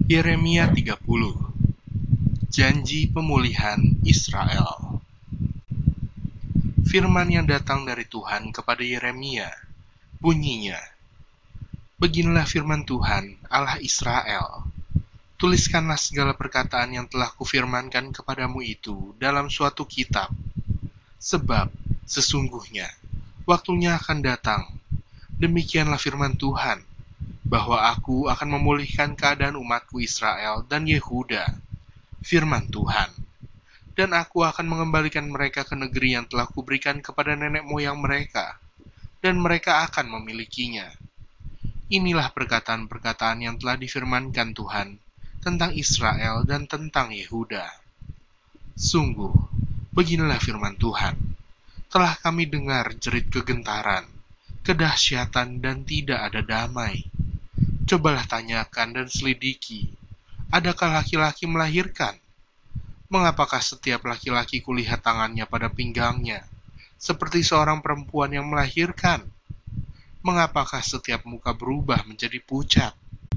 Yeremia 30. Janji pemulihan Israel. Firman yang datang dari Tuhan kepada Yeremia, bunyinya, beginilah firman Tuhan, Allah Israel. Tuliskanlah segala perkataan yang telah kufirmankan kepadamu itu dalam suatu kitab. Sebab, sesungguhnya, waktunya akan datang. Demikianlah firman Tuhan, bahwa aku akan memulihkan keadaan umatku Israel dan Yehuda. Firman Tuhan. Dan aku akan mengembalikan mereka ke negeri yang telah kuberikan kepada nenek moyang mereka, dan mereka akan memilikinya. Inilah perkataan-perkataan yang telah difirmankan Tuhan tentang Israel dan tentang Yehuda. Sungguh, beginilah firman Tuhan, telah kami dengar jerit kegentaran, kedahsyatan dan tidak ada damai. Cobalah tanyakan dan selidiki, adakah laki-laki melahirkan? Mengapakah setiap laki-laki kulihat tangannya pada pinggangnya, seperti seorang perempuan yang melahirkan? Mengapakah setiap muka berubah menjadi pucat?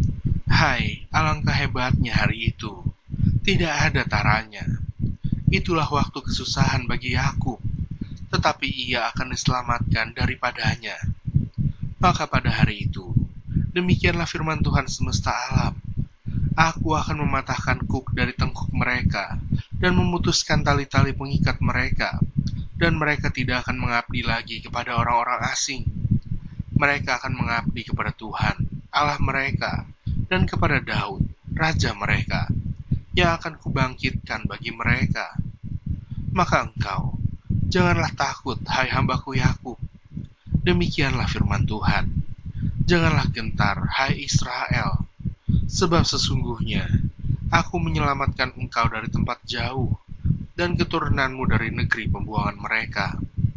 Hai, alangkah hebatnya hari itu, tidak ada taranya. Itulah waktu kesusahan bagi Yakub, tetapi ia akan diselamatkan daripadanya. Maka pada hari itu, demikianlah firman Tuhan semesta alam, aku akan mematahkan kuk dari tengkuk mereka, dan memutuskan tali-tali pengikat mereka, dan mereka tidak akan mengabdi lagi kepada orang-orang asing. Mereka akan mengabdi kepada Tuhan, Allah mereka, dan kepada Daud, Raja mereka, yang akan kubangkitkan bagi mereka. Maka engkau, janganlah takut, hai hambaku Yakub. Demikianlah firman Tuhan. Janganlah gentar, hai Israel, sebab sesungguhnya aku menyelamatkan engkau dari tempat jauh, dan keturunanmu dari negeri pembuangan mereka.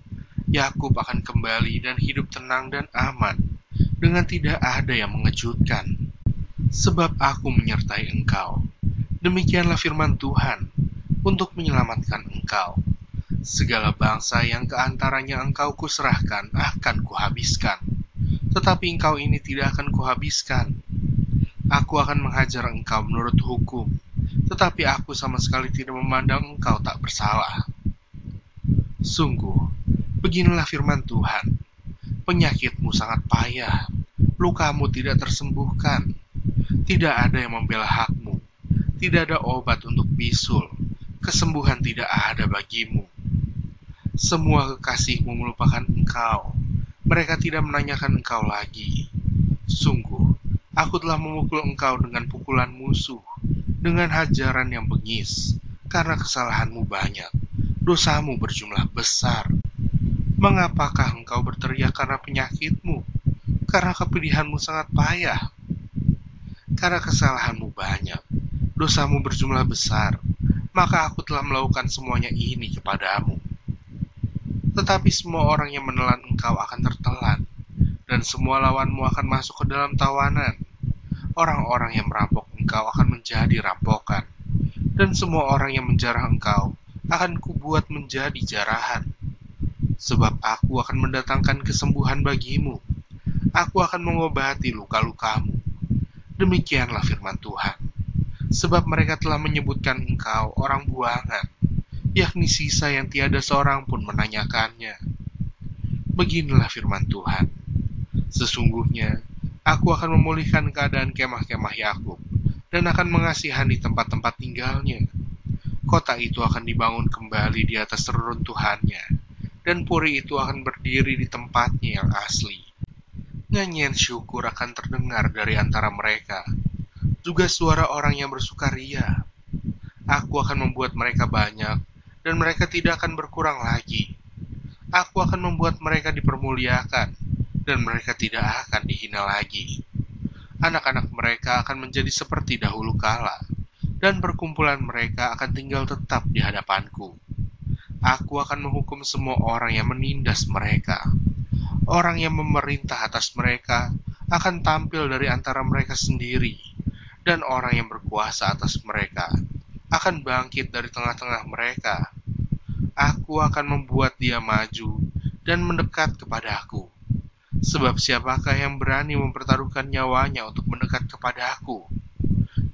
Yakub akan kembali dan hidup tenang dan aman, dengan tidak ada yang mengejutkan. Sebab aku menyertai engkau. Demikianlah firman Tuhan, untuk menyelamatkan engkau. Segala bangsa yang keantaranya engkau kuserahkan akan kuhabiskan, tetapi engkau ini tidak akan kuhabiskan. Aku akan menghajar engkau menurut hukum, tetapi aku sama sekali tidak memandang engkau tak bersalah. Sungguh, beginilah firman Tuhan, penyakitmu sangat payah, lukamu tidak tersembuhkan, tidak ada yang membela hakmu, tidak ada obat untuk bisul, kesembuhan tidak ada bagimu. Semua kekasihmu melupakan engkau, mereka tidak menanyakan engkau lagi. Sungguh, aku telah memukul engkau dengan pukulan musuh, dengan hajaran yang bengis, karena kesalahanmu banyak, dosamu berjumlah besar. Mengapakah engkau berteriak karena penyakitmu, karena kepedihanmu sangat payah? Karena kesalahanmu banyak, dosamu berjumlah besar, maka aku telah melakukan semuanya ini kepadamu. Tetapi semua orang yang menelan engkau akan tertelan, dan semua lawanmu akan masuk ke dalam tawanan. Orang-orang yang merampok engkau akan menjadi rampokan, dan semua orang yang menjarah engkau akan kubuat menjadi jarahan. Sebab aku akan mendatangkan kesembuhan bagimu, aku akan mengobati luka-lukamu. Demikianlah firman Tuhan. Sebab mereka telah menyebutkan engkau orang buangan, yakni sisa yang tiada seorang pun menanyakannya. Beginilah firman Tuhan. Sesungguhnya, aku akan memulihkan keadaan kemah-kemah Yakub, dan akan mengasihani tempat-tempat tinggalnya. Kota itu akan dibangun kembali di atas reruntuhannya, dan puri itu akan berdiri di tempatnya yang asli. Nyanyian syukur akan terdengar dari antara mereka, juga suara orang yang bersukaria. Aku akan membuat mereka banyak, dan mereka tidak akan berkurang lagi. Aku akan membuat mereka dipermuliakan, dan mereka tidak akan dihina lagi. Anak-anak mereka akan menjadi seperti dahulu kala, dan perkumpulan mereka akan tinggal tetap di hadapanku. Aku akan menghukum semua orang yang menindas mereka. Orang yang memerintah atas mereka akan tampil dari antara mereka sendiri, dan orang yang berkuasa atas mereka akan bangkit dari tengah-tengah mereka. Aku akan membuat dia maju dan mendekat kepadaku. Sebab siapakah yang berani mempertaruhkan nyawanya untuk mendekat kepadaku?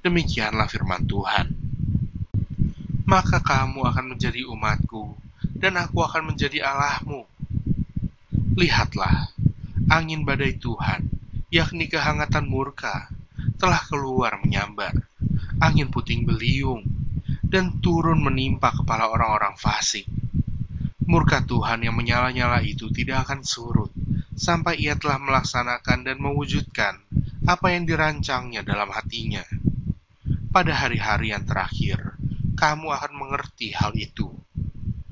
Demikianlah firman Tuhan. Maka kamu akan menjadi umatku, dan aku akan menjadi Allahmu. Lihatlah, angin badai Tuhan, yakni kehangatan murka, telah keluar menyambar, angin puting beliung, dan turun menimpa kepala orang-orang fasik. Murka Tuhan yang menyala-nyala itu tidak akan surut, sampai ia telah melaksanakan dan mewujudkan apa yang dirancangnya dalam hatinya. Pada hari-hari yang terakhir, kamu akan mengerti hal itu.